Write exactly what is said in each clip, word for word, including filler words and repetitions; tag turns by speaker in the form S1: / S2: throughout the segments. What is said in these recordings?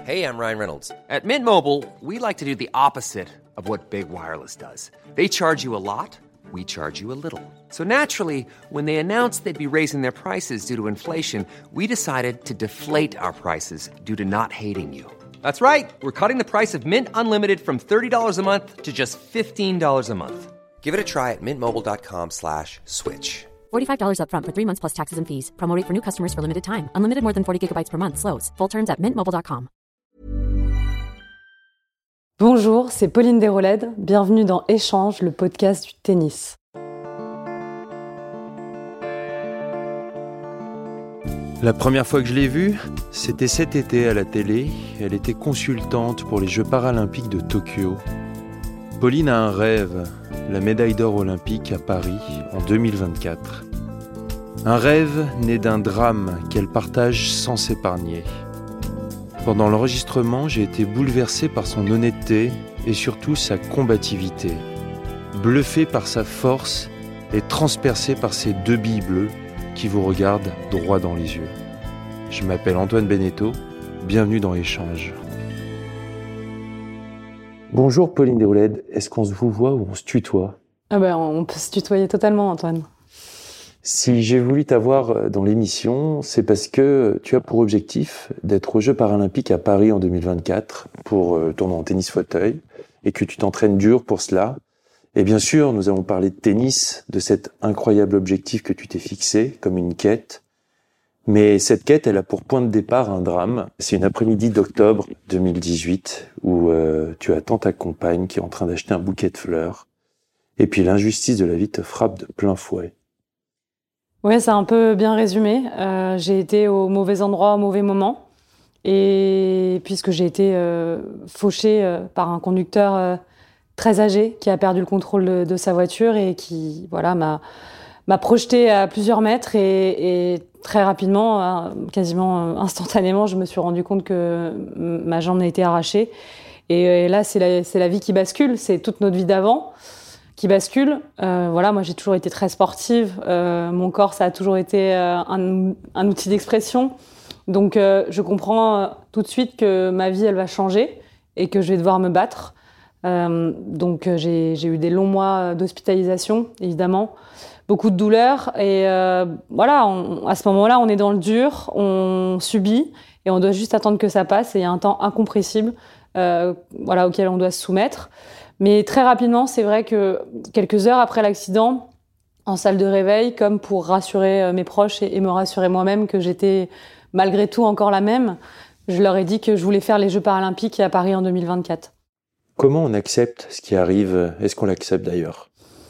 S1: Hey, I'm Ryan Reynolds. At Mint Mobile, we like to do the opposite of what Big Wireless does. They charge you a lot, we charge you a little. So naturally, when they announced they'd be raising their prices due to inflation, we decided to deflate our prices due to not hating you. That's right. We're cutting the price of Mint Unlimited from thirty dollars a month to just fifteen dollars a month. Give it a try at mintmobile.com slash switch.
S2: forty-five dollars up front for three months plus taxes and fees. Promo rate for new customers for limited time. Unlimited more than forty gigabytes per month. Slows full terms at mint mobile dot com.
S3: Bonjour, c'est Pauline Desrolèdes. Bienvenue dans Échange, le podcast du tennis.
S4: La première fois que je l'ai vue, c'était cet été à la télé. Elle était consultante pour les Jeux paralympiques de Tokyo. Pauline a un rêve, la médaille d'or olympique à Paris en deux mille vingt-quatre. Un rêve né d'un drame qu'elle partage sans s'épargner. Pendant l'enregistrement, j'ai été bouleversé par son honnêteté et surtout sa combativité. Bluffé par sa force et transpercé par ses deux billes bleues qui vous regardent droit dans les yeux. Je m'appelle Antoine Beneteau, bienvenue dans Échange. Bonjour Pauline Desrolèdes, est-ce qu'on se vous voit ou on se tutoie ?
S3: Ah ben, on peut se tutoyer totalement, Antoine.
S4: Si j'ai voulu t'avoir dans l'émission, c'est parce que tu as pour objectif d'être aux Jeux paralympiques à Paris en deux mille vingt-quatre pour tourner en tennis fauteuil et que tu t'entraînes dur pour cela. Et bien sûr, nous allons parler de tennis, de cet incroyable objectif que tu t'es fixé comme une quête. Mais cette quête, elle a pour point de départ un drame. C'est une après-midi d'octobre deux mille dix-huit où euh, tu attends ta compagne qui est en train d'acheter un bouquet de fleurs. Et puis l'injustice de la vie te frappe de plein fouet.
S3: Ouais, c'est un peu bien résumé. Euh, j'ai été au mauvais endroit au mauvais moment. Et puisque j'ai été euh, fauchée euh, par un conducteur euh, très âgé qui a perdu le contrôle de, de sa voiture et qui voilà, m'a, m'a projetée à plusieurs mètres. Et, et très rapidement, euh, quasiment euh, instantanément, je me suis rendu compte que m- ma jambe a été arrachée. Et, et là, c'est la, c'est la vie qui bascule. C'est toute notre vie d'avant qui bascule. Euh, voilà, moi j'ai toujours été très sportive. Euh, mon corps, ça a toujours été euh, un, un outil d'expression. Donc euh, je comprends euh, tout de suite que ma vie, elle va changer et que je vais devoir me battre. Euh, donc euh, j'ai, j'ai eu des longs mois d'hospitalisation, évidemment, beaucoup de douleurs. Et euh, voilà, on, à ce moment-là, on est dans le dur, on subit et on doit juste attendre que ça passe. Et il y a un temps incompressible euh, voilà, auquel on doit se soumettre. Mais très rapidement, c'est vrai que quelques heures après l'accident, en salle de réveil, comme pour rassurer mes proches et me rassurer moi-même que j'étais malgré tout encore la même, je leur ai dit que je voulais faire les Jeux paralympiques à Paris en deux mille vingt-quatre.
S4: Comment on accepte ce qui arrive ? Est-ce qu'on l'accepte d'ailleurs ?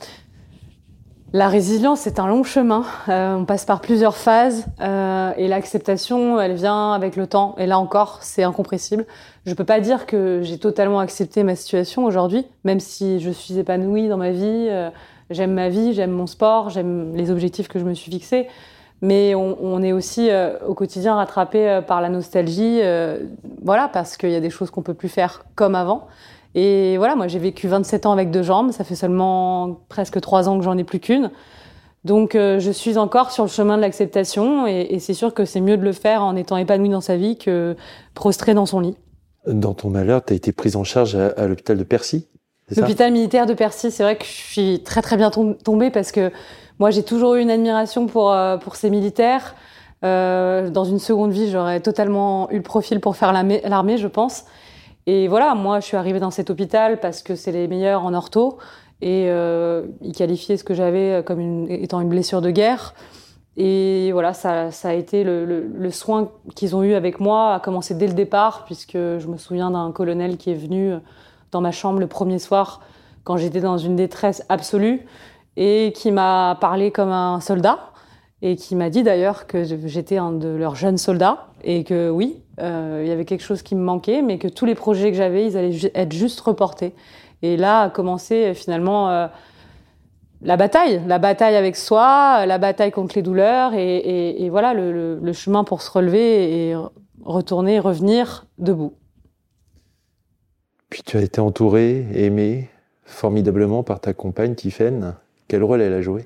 S3: La résilience, c'est un long chemin. Euh, on passe par plusieurs phases euh, et l'acceptation, elle vient avec le temps. Et là encore, c'est incompressible. Je peux pas dire que j'ai totalement accepté ma situation aujourd'hui, même si je suis épanouie dans ma vie. Euh, j'aime ma vie, j'aime mon sport, j'aime les objectifs que je me suis fixés. Mais on, on est aussi euh, au quotidien rattrapé euh, par la nostalgie, euh, voilà, parce qu'il y a des choses qu'on peut plus faire comme avant. Et voilà, moi j'ai vécu vingt-sept ans avec deux jambes, ça fait seulement presque trois ans que j'en ai plus qu'une. Donc euh, je suis encore sur le chemin de l'acceptation et, et c'est sûr que c'est mieux de le faire en étant épanoui dans sa vie que prostré dans son lit.
S4: Dans ton malheur, tu as été prise en charge à, à l'hôpital de Percy, c'est
S3: L'hôpital
S4: ça ?
S3: militaire de Percy, c'est vrai que je suis très très bien tombée parce que moi j'ai toujours eu une admiration pour, euh, pour ces militaires. Euh, dans une seconde vie, j'aurais totalement eu le profil pour faire l'armée, l'armée je pense. Et voilà, moi, je suis arrivée dans cet hôpital parce que c'est les meilleurs en ortho. Et euh, ils qualifiaient ce que j'avais comme une, étant une blessure de guerre. Et voilà, ça, ça a été le, le, le soin qu'ils ont eu avec moi, a commencé dès le départ, puisque je me souviens d'un colonel qui est venu dans ma chambre le premier soir, quand j'étais dans une détresse absolue, et qui m'a parlé comme un soldat. Et qui m'a dit d'ailleurs que j'étais un de leurs jeunes soldats et que oui, euh, il y avait quelque chose qui me manquait, mais que tous les projets que j'avais, ils allaient ju- être juste reportés. Et là a commencé finalement euh, la bataille, la bataille avec soi, la bataille contre les douleurs et, et, et voilà le, le, le chemin pour se relever et retourner, revenir debout.
S4: Puis tu as été entourée, aimée formidablement par ta compagne Tiffaine. Quel rôle elle a joué ?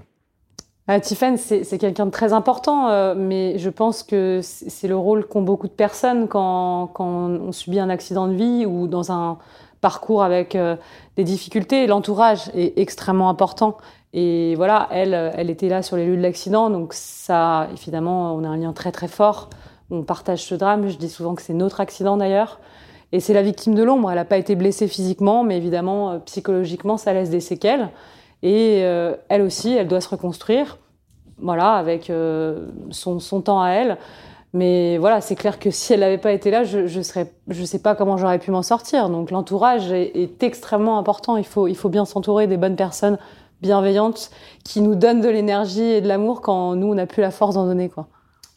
S3: Euh, Tiffen, c'est, c'est quelqu'un de très important, euh, mais je pense que c'est, c'est le rôle qu'ont beaucoup de personnes quand, quand on subit un accident de vie ou dans un parcours avec euh, des difficultés. L'entourage est extrêmement important. Et voilà, elle, elle était là sur les lieux de l'accident, donc ça, évidemment, on a un lien très très fort. On partage ce drame. Je dis souvent que c'est notre accident d'ailleurs. Et c'est la victime de l'ombre. Elle n'a pas été blessée physiquement, mais évidemment, euh, psychologiquement, ça laisse des séquelles. Et euh, elle aussi, elle doit se reconstruire, voilà, avec euh, son, son temps à elle. Mais voilà, c'est clair que si elle n'avait pas été là, je je serais, je sais pas comment j'aurais pu m'en sortir. Donc l'entourage est, est extrêmement important. Il faut, il faut bien s'entourer des bonnes personnes bienveillantes qui nous donnent de l'énergie et de l'amour quand nous, on n'a plus la force d'en donner, quoi.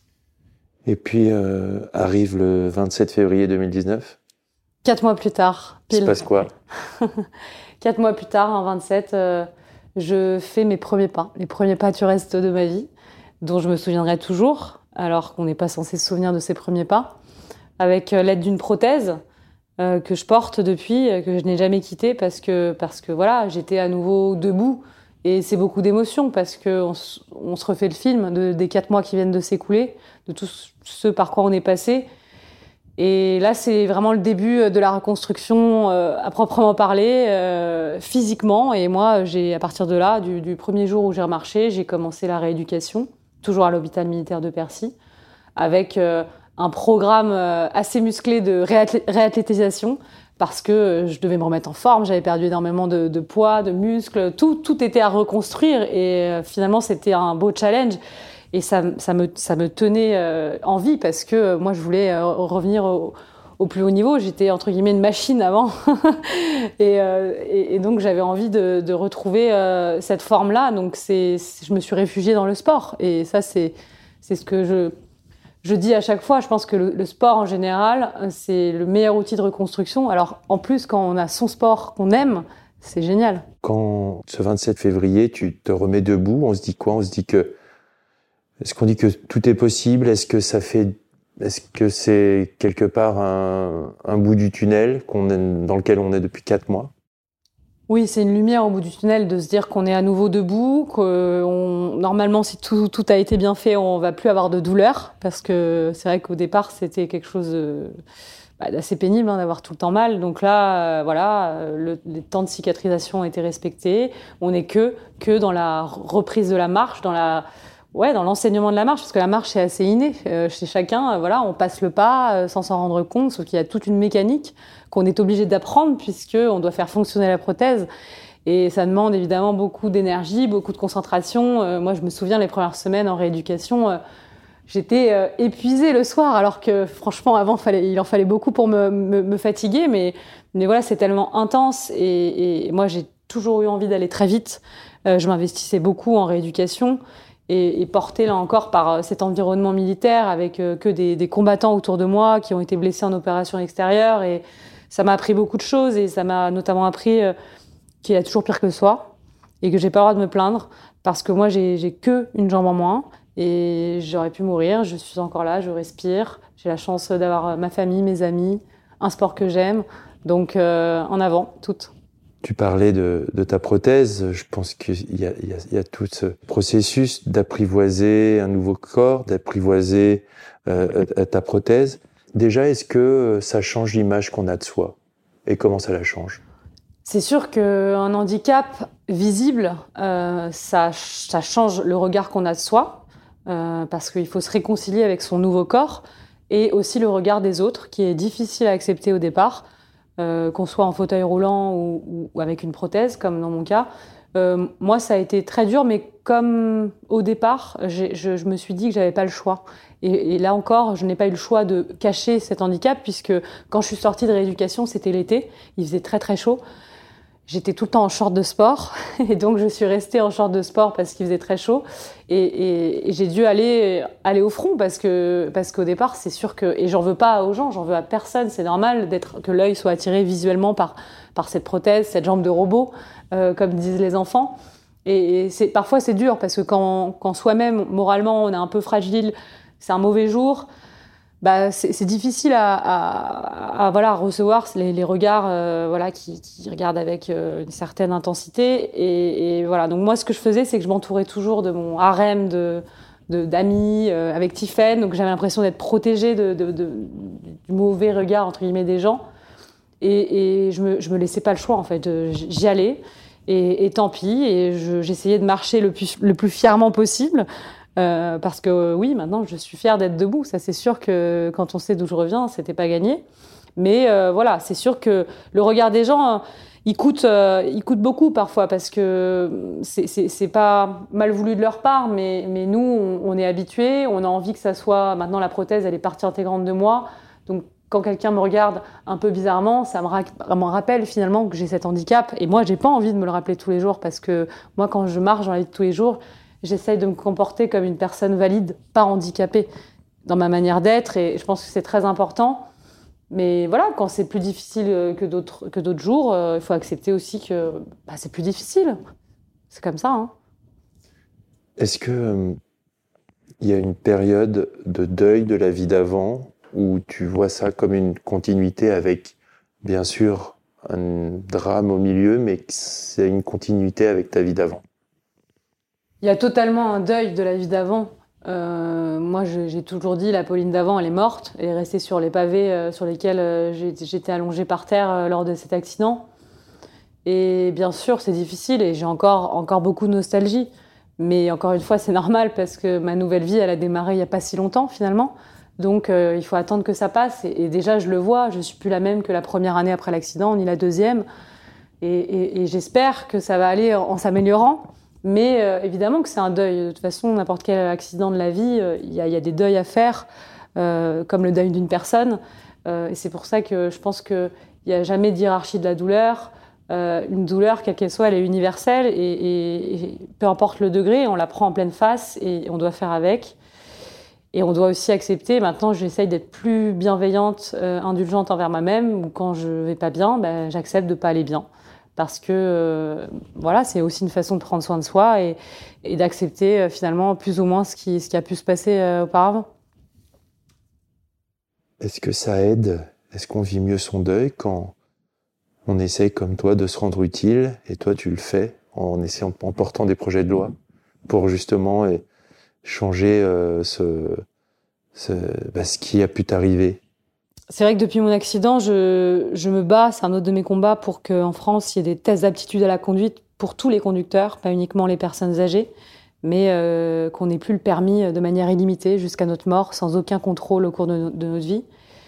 S4: Et puis euh, arrive le vingt-sept février deux mille dix-neuf.
S3: Quatre mois plus tard, pile.
S4: Il se passe quoi?
S3: Quatre mois plus tard, en vingt-sept, euh, je fais mes premiers pas, les premiers pas du reste de ma vie, dont je me souviendrai toujours, alors qu'on n'est pas censé se souvenir de ces premiers pas, avec euh, l'aide d'une prothèse euh, que je porte depuis, euh, que je n'ai jamais quittée, parce que, parce que voilà, j'étais à nouveau debout, et c'est beaucoup d'émotions, parce qu'on on se refait le film de, des quatre mois qui viennent de s'écouler, de tout ce par quoi on est passé. Et là, c'est vraiment le début de la reconstruction euh, à proprement parler, euh, physiquement. Et moi, j'ai, à partir de là, du, du premier jour où j'ai remarché, j'ai commencé la rééducation, toujours à l'hôpital militaire de Percy, avec euh, un programme euh, assez musclé de réathlé- réathlétisation, parce que je devais me remettre en forme, j'avais perdu énormément de, de poids, de muscles, tout, tout était à reconstruire. Et euh, finalement, c'était un beau challenge. Et ça, ça, me, ça me tenait euh, en vie parce que euh, moi, je voulais euh, revenir au, au plus haut niveau. J'étais, entre guillemets, une machine avant. et, euh, et, et donc, j'avais envie de, de retrouver euh, cette forme-là. Donc, c'est, c'est, je me suis réfugiée dans le sport. Et ça, c'est, c'est ce que je, je dis à chaque fois. Je pense que le, le sport, en général, c'est le meilleur outil de reconstruction. Alors, en plus, quand on a son sport qu'on aime, c'est génial.
S4: Quand ce vingt-sept février, tu te remets debout, on se dit quoi? On se dit que Est-ce qu'on dit que tout est possible? Est-ce que ça fait, est-ce que c'est quelque part un, un bout du tunnel qu'on est, dans lequel on est depuis quatre mois?
S3: Oui, c'est une lumière au bout du tunnel de se dire qu'on est à nouveau debout, qu'on, normalement, si tout, tout a été bien fait, on va plus avoir de douleur, parce que c'est vrai qu'au départ, c'était quelque chose de, bah, d'assez pénible, hein, d'avoir tout le temps mal. Donc là, euh, voilà, le, les temps de cicatrisation ont été respectés. On n'est que, que dans la reprise de la marche, dans la, Ouais, dans l'enseignement de la marche, parce que la marche c'est assez inné euh, chez chacun. Euh, voilà, on passe le pas euh, sans s'en rendre compte, sauf qu'il y a toute une mécanique qu'on est obligé d'apprendre puisque on doit faire fonctionner la prothèse. Et ça demande évidemment beaucoup d'énergie, beaucoup de concentration. Euh, moi, je me souviens les premières semaines en rééducation, euh, j'étais euh, épuisée le soir, alors que franchement, avant, fallait, il en fallait beaucoup pour me, me, me fatiguer. Mais, mais voilà, c'est tellement intense. Et, et moi, j'ai toujours eu envie d'aller très vite. Euh, je m'investissais beaucoup en rééducation. Et, et porté là encore par cet environnement militaire avec euh, que des, des combattants autour de moi qui ont été blessés en opération extérieure. Et ça m'a appris beaucoup de choses et ça m'a notamment appris euh, qu'il y a toujours pire que soi et que j'ai pas le droit de me plaindre parce que moi j'ai, j'ai que une jambe en moins et j'aurais pu mourir. Je suis encore là, je respire. J'ai la chance d'avoir ma famille, mes amis, un sport que j'aime. Donc euh, en avant, toutes.
S4: Tu parlais de, de ta prothèse. Je pense qu'il y a, il y a, il y a tout ce processus d'apprivoiser un nouveau corps, d'apprivoiser euh, ta prothèse. Déjà, est-ce que ça change l'image qu'on a de soi? Et comment ça la change?
S3: C'est sûr qu'un handicap visible, euh, ça, ça change le regard qu'on a de soi, euh, parce qu'il faut se réconcilier avec son nouveau corps, et aussi le regard des autres, qui est difficile à accepter au départ. Euh, qu'on soit en fauteuil roulant ou, ou avec une prothèse, comme dans mon cas. Euh, moi, ça a été très dur, mais comme au départ, j'ai, je, je me suis dit que j'avais pas le choix. Et, et là encore, je n'ai pas eu le choix de cacher cet handicap, puisque quand je suis sortie de rééducation, c'était l'été, il faisait très très chaud. J'étais tout le temps en short de sport, et donc je suis restée en short de sport parce qu'il faisait très chaud. Et, et, et j'ai dû aller, aller au front parce que parce qu'au départ, c'est sûr que et j'en veux pas aux gens, j'en veux à personne. C'est normal d'être que l'œil soit attiré visuellement par par cette prothèse, cette jambe de robot, euh, comme disent les enfants. Et, et c'est parfois c'est dur parce que quand quand soi-même moralement on est un peu fragile, c'est un mauvais jour. bah, c'est, c'est difficile à, à, à, voilà, à recevoir les, les regards euh, voilà, qui, qui regardent avec euh, une certaine intensité. Et, et voilà. Donc moi, ce que je faisais, c'est que je m'entourais toujours de mon harem de, de, d'amis euh, avec Tiffaine. Donc j'avais l'impression d'être protégée de, de, de, du mauvais regard, entre guillemets, des gens. Et, et je me, je me laissais pas le choix, en fait. J'y allais. Et, et tant pis. Et je, j'essayais de marcher le plus, le plus fièrement possible. Euh, parce que euh, oui, maintenant, je suis fière d'être debout. Ça, c'est sûr que quand on sait d'où je reviens, c'était pas gagné. Mais euh, voilà, c'est sûr que le regard des gens, euh, il coûte, euh, il coûte beaucoup parfois parce que c'est, c'est, c'est pas mal voulu de leur part, mais, mais nous, on, on est habitués, on a envie que ça soit. Maintenant, la prothèse, elle est partie intégrante de moi. Donc, quand quelqu'un me regarde un peu bizarrement, ça me, ra- me rappelle finalement que j'ai cet handicap. Et moi, j'ai pas envie de me le rappeler tous les jours parce que moi, quand je marche dans la vie de tous les jours, j'essaye de me comporter comme une personne valide, pas handicapée, dans ma manière d'être. Et je pense que c'est très important. Mais voilà, quand c'est plus difficile que d'autres, que d'autres jours, euh, il faut accepter aussi que bah, c'est plus difficile. C'est comme ça. Hein.
S4: Est-ce que euh, y a une période de deuil de la vie d'avant où tu vois ça comme une continuité avec, bien sûr, un drame au milieu, mais que c'est une continuité avec ta vie d'avant?
S3: Il y a totalement un deuil de la vie d'avant. Euh, moi, je, j'ai toujours dit, la Pauline d'avant, elle est morte. Elle est restée sur les pavés euh, sur lesquels euh, j'ai, j'étais allongée par terre euh, lors de cet accident. Et bien sûr, c'est difficile et j'ai encore, encore beaucoup de nostalgie. Mais encore une fois, c'est normal parce que ma nouvelle vie, elle a démarré il n'y a pas si longtemps, finalement. Donc, euh, il faut attendre que ça passe. Et, et déjà, je le vois, je ne suis plus la même que la première année après l'accident, ni la deuxième. Et, et, et j'espère que ça va aller en, en s'améliorant. Mais euh, évidemment que c'est un deuil. De toute façon, n'importe quel accident de la vie, il euh, y, y a des deuils à faire, euh, comme le deuil d'une personne. Euh, et c'est pour ça que je pense qu'il n'y a jamais de hiérarchie de la douleur. Euh, une douleur, quelle qu'elle soit, elle est universelle. Et, et, et peu importe le degré, on la prend en pleine face et on doit faire avec. Et on doit aussi accepter. Maintenant, j'essaye d'être plus bienveillante, euh, indulgente envers moi-même. Ou quand je ne vais pas bien, ben, j'accepte de ne pas aller bien. Parce que euh, voilà, c'est aussi une façon de prendre soin de soi et, et d'accepter euh, finalement plus ou moins ce qui, ce qui a pu se passer euh, auparavant.
S4: Est-ce que ça aide? Est-ce qu'on vit mieux son deuil quand on essaye comme toi de se rendre utile et toi tu le fais en essayant, en portant des projets de loi pour justement eh, changer euh, ce, ce, bah, ce qui a pu t'arriver?
S3: C'est vrai que depuis mon accident, je, je me bats, c'est un autre de mes combats, pour qu'en France, il y ait des tests d'aptitude à la conduite pour tous les conducteurs, pas uniquement les personnes âgées, mais euh, qu'on n'ait plus le permis de manière illimitée jusqu'à notre mort, sans aucun contrôle au cours de, no- de notre vie.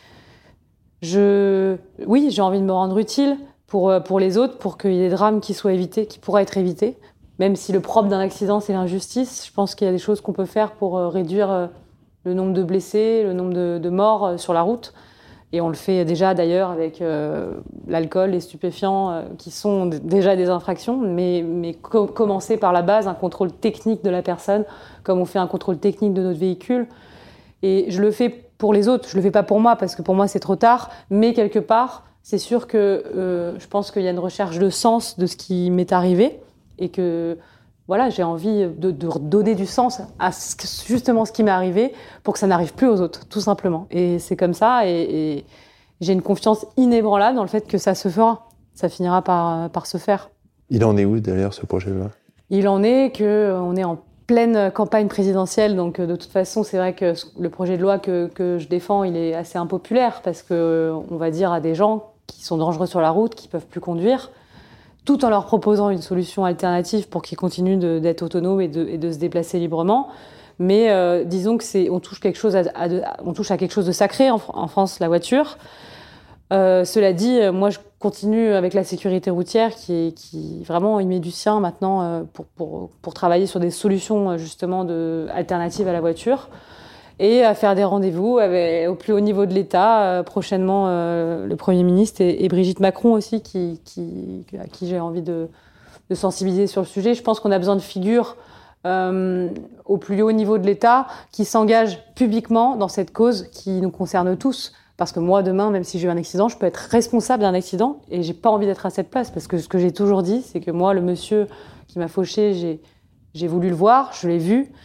S3: Je, oui, j'ai envie de me rendre utile pour, pour les autres, pour qu'il y ait des drames qui soient évités, qui pourraient être évités. Même si le propre d'un accident, c'est l'injustice, je pense qu'il y a des choses qu'on peut faire pour euh, réduire euh, le nombre de blessés, le nombre de, de morts euh, sur la route. Et on le fait déjà d'ailleurs avec euh, l'alcool, les stupéfiants, euh, qui sont d- déjà des infractions, mais, mais co- commencer par la base, un contrôle technique de la personne, comme on fait un contrôle technique de notre véhicule. Et je le fais pour les autres, je le fais pas pour moi, parce que pour moi c'est trop tard, mais quelque part, c'est sûr que euh, je pense qu'il y a une recherche de sens de ce qui m'est arrivé, et que voilà, j'ai envie de, de donner du sens à ce, justement ce qui m'est arrivé pour que ça n'arrive plus aux autres, tout simplement. Et c'est comme ça, et, et j'ai une confiance inébranlable dans le fait que ça se fera. Ça finira par, par se faire.
S4: Il en est où d'ailleurs ce projet-là? Il
S3: en est qu'on est en pleine campagne présidentielle, donc de toute façon, c'est vrai que le projet de loi que, que je défends, il est assez impopulaire, parce qu'on va dire à des gens qui sont dangereux sur la route, qui ne peuvent plus conduire, tout en leur proposant une solution alternative pour qu'ils continuent de, d'être autonomes et de, et de se déplacer librement. Mais euh, disons que c'est, on touche quelque chose à, à, à, on touche à quelque chose de sacré en, en France, la voiture. Euh, cela dit, moi je continue avec la sécurité routière qui, est, qui vraiment y met du sien maintenant euh, pour, pour, pour travailler sur des solutions justement de, alternatives à la voiture. Et à faire des rendez-vous avec, au plus haut niveau de l'État, euh, prochainement euh, le Premier ministre et, et Brigitte Macron aussi, qui, qui, à qui j'ai envie de, de sensibiliser sur le sujet. Je pense qu'on a besoin de figures euh, au plus haut niveau de l'État qui s'engagent publiquement dans cette cause qui nous concerne tous. Parce que moi, demain, même si j'ai eu un accident, je peux être responsable d'un accident et j'ai pas envie d'être à cette place. Parce que ce que j'ai toujours dit, c'est que moi, le monsieur qui m'a fauché, j'ai, j'ai voulu le voir, je l'ai vu.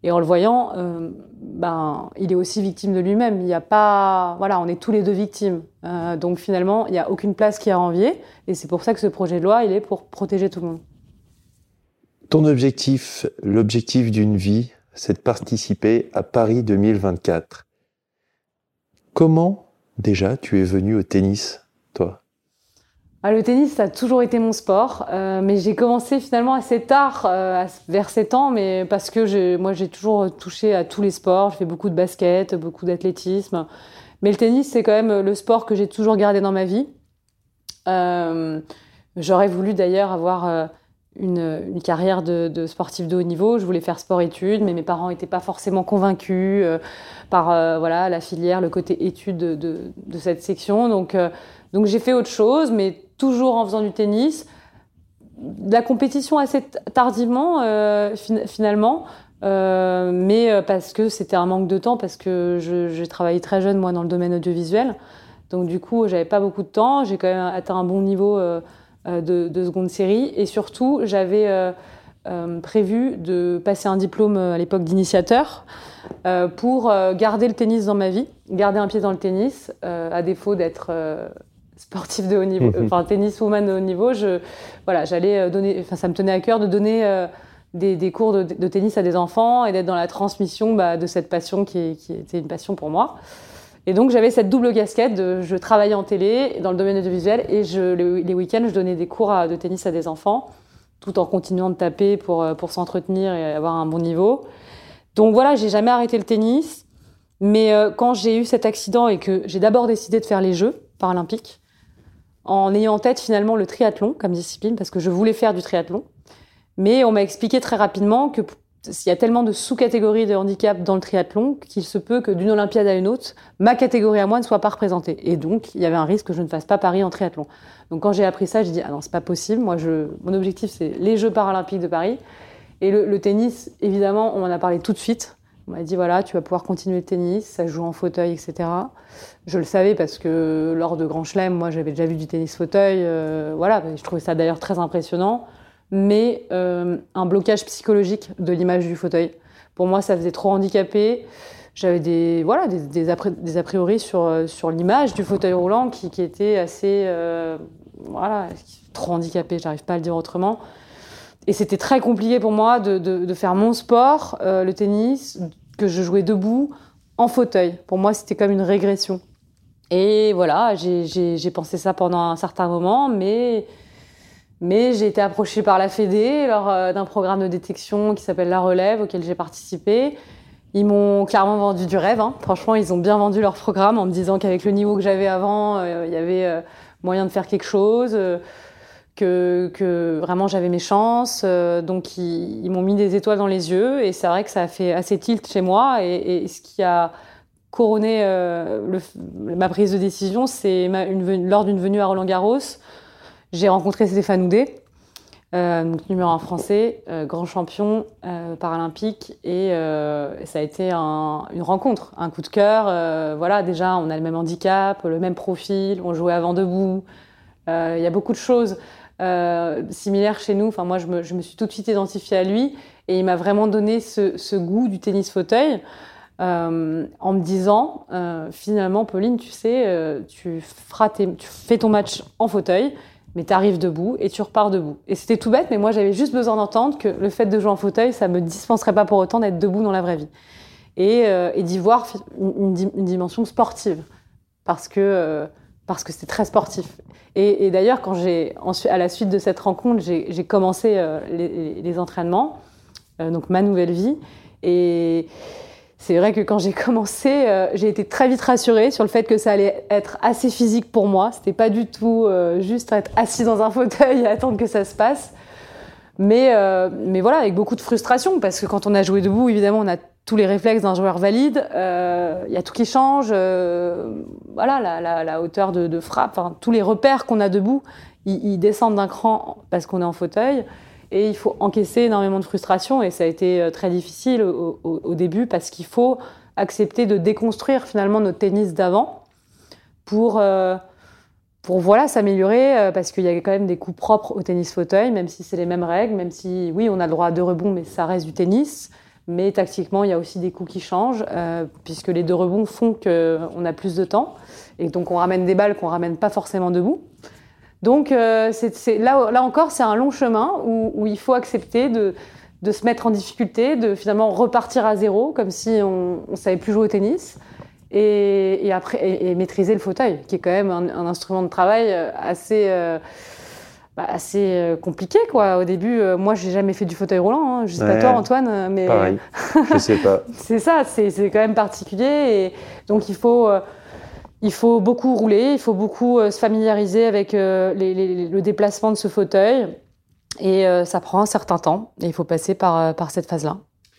S3: Et en le voyant, euh, ben, il est aussi victime de lui-même. Il y a pas, voilà, on est tous les deux victimes. Euh, donc finalement, il n'y a aucune place qui est à envier. Et c'est pour ça que ce projet de loi, il est pour protéger tout le monde.
S4: Ton objectif, l'objectif d'une vie, c'est de participer à Paris deux mille vingt-quatre. Comment, déjà, tu es venu au tennis, toi ?
S3: Ah, le tennis, ça a toujours été mon sport, euh, mais j'ai commencé finalement assez tard, euh, vers sept ans, mais parce que j'ai, moi j'ai toujours touché à tous les sports. Je fais beaucoup de basket, beaucoup d'athlétisme, mais le tennis, c'est quand même le sport que j'ai toujours gardé dans ma vie. Euh, j'aurais voulu d'ailleurs avoir euh, une, une carrière de, de sportif de haut niveau. Je voulais faire sport-études, mais mes parents n'étaient pas forcément convaincus euh, par euh, voilà, la filière, le côté études de, de, de cette section. Donc, euh, donc j'ai fait autre chose, mais toujours en faisant du tennis. De la compétition assez tardivement, euh, fin- finalement, euh, mais parce que c'était un manque de temps, parce que je, j'ai travaillé très jeune, moi, dans le domaine audiovisuel. Donc du coup, j'avais pas beaucoup de temps. J'ai quand même atteint un bon niveau euh, de, de seconde série. Et surtout, j'avais euh, euh, prévu de passer un diplôme à l'époque d'initiateur euh, pour euh, garder le tennis dans ma vie, garder un pied dans le tennis, euh, à défaut d'être euh, sportif de haut niveau, mmh. enfin tenniswoman de haut niveau. Je, voilà, j'allais donner, enfin ça me tenait à cœur de donner euh, des, des cours de, de tennis à des enfants et d'être dans la transmission bah, de cette passion qui, qui était une passion pour moi. Et donc, j'avais cette double casquette de je travaillais en télé, dans le domaine audiovisuel, et je, les, les week-ends, je donnais des cours à, de tennis à des enfants, tout en continuant de taper pour, pour s'entretenir et avoir un bon niveau. Donc voilà, j'ai jamais arrêté le tennis. Mais euh, quand j'ai eu cet accident et que j'ai d'abord décidé de faire les Jeux paralympiques, en ayant en tête finalement le triathlon comme discipline, parce que je voulais faire du triathlon, mais on m'a expliqué très rapidement que il y a tellement de sous-catégories de handicap dans le triathlon qu'il se peut que d'une Olympiade à une autre, ma catégorie à moi ne soit pas représentée. Et donc, il y avait un risque que je ne fasse pas Paris en triathlon. Donc, quand j'ai appris ça, j'ai dit « Ah non, c'est pas possible. Moi, je, mon objectif, c'est les Jeux paralympiques de Paris. » Et le, le tennis, évidemment, on m'en a parlé tout de suite. On m'a dit « Voilà, tu vas pouvoir continuer le tennis, ça se joue en fauteuil, et cetera » Je le savais parce que lors de Grand Chelem, moi, j'avais déjà vu du tennis fauteuil. Euh, voilà, je trouvais ça d'ailleurs très impressionnant. Mais euh, un blocage psychologique de l'image du fauteuil. Pour moi, ça faisait trop handicapé. J'avais des, voilà, des, des, a, des a priori sur, sur l'image du fauteuil roulant qui, qui était assez... Euh, voilà, trop handicapé, j'arrive pas à le dire autrement. Et c'était très compliqué pour moi de, de, de faire mon sport, euh, le tennis, que je jouais debout, en fauteuil. Pour moi, c'était comme une régression. Et voilà, j'ai, j'ai, j'ai pensé ça pendant un certain moment, mais... Mais j'ai été approchée par la Fédé lors euh, d'un programme de détection qui s'appelle La Relève, auquel j'ai participé. Ils m'ont clairement vendu du rêve. Hein. Franchement, ils ont bien vendu leur programme en me disant qu'avec le niveau que j'avais avant, euh, il y avait euh, moyen de faire quelque chose, euh, que, que vraiment j'avais mes chances. Euh, donc, ils, ils m'ont mis des étoiles dans les yeux. Et c'est vrai que ça a fait assez tilt chez moi. Et, et ce qui a couronné euh, le, ma prise de décision, c'est ma, une, lors d'une venue à Roland-Garros. J'ai rencontré Stéphane Houdet, euh, donc numéro un français, euh, grand champion euh, paralympique, et euh, ça a été un, une rencontre, un coup de cœur. Euh, voilà, déjà, on a le même handicap, le même profil, on jouait avant debout. Il euh, y a beaucoup de choses euh, similaires chez nous. Enfin, moi, je me, je me suis tout de suite identifiée à lui, et il m'a vraiment donné ce, ce goût du tennis fauteuil. Euh, en me disant, euh, finalement, Pauline, tu sais, euh, tu, feras tes, tu fais ton match en fauteuil, mais tu arrives debout et tu repars debout. Et c'était tout bête, mais moi, j'avais juste besoin d'entendre que le fait de jouer en fauteuil, ça me dispenserait pas pour autant d'être debout dans la vraie vie. Et, euh, et d'y voir une, une, une dimension sportive, parce que, euh, parce que c'est très sportif. Et, et d'ailleurs, quand j'ai, à la suite de cette rencontre, j'ai, j'ai commencé euh, les, les entraînements, euh, donc ma nouvelle vie. Et c'est vrai que quand j'ai commencé, euh, j'ai été très vite rassurée sur le fait que ça allait être assez physique pour moi. C'était pas du tout euh, juste être assis dans un fauteuil et attendre que ça se passe. Mais, euh, mais voilà, avec beaucoup de frustration, parce que quand on a joué debout, évidemment, on a tous les réflexes d'un joueur valide. Il euh, y a tout qui change. Euh, voilà, la, la, la hauteur de, de frappe, enfin, tous les repères qu'on a debout, ils, ils descendent d'un cran parce qu'on est en fauteuil. Et il faut encaisser énormément de frustration. Et ça a été très difficile au, au, au début parce qu'il faut accepter de déconstruire finalement notre tennis d'avant pour, euh, pour voilà, s'améliorer. Euh, parce qu'il y a quand même des coups propres au tennis fauteuil, même si c'est les mêmes règles, même si, oui, on a le droit à deux rebonds, mais ça reste du tennis. Mais tactiquement, il y a aussi des coups qui changent, euh, puisque les deux rebonds font qu'on a plus de temps. Et donc, on ramène des balles qu'on ne ramène pas forcément debout. Donc, euh, c'est, c'est, là, là encore, c'est un long chemin où, où il faut accepter de, de se mettre en difficulté, de finalement repartir à zéro, comme si on ne savait plus jouer au tennis. Et, et, après, et, et maîtriser le fauteuil, qui est quand même un, un instrument de travail assez... Euh, Bah, assez euh, compliqué, quoi. Au début, euh, moi, j'ai jamais fait du fauteuil roulant. Hein. Je sais ouais, pas toi, Antoine, mais
S4: pareil. Je sais pas.
S3: C'est ça, c'est, c'est quand même particulier. Et donc, il faut, euh, il faut beaucoup rouler, il faut beaucoup euh, se familiariser avec euh, les, les, le déplacement de ce fauteuil. Et euh, ça prend un certain temps. Et il faut passer par, euh, par cette phase-là.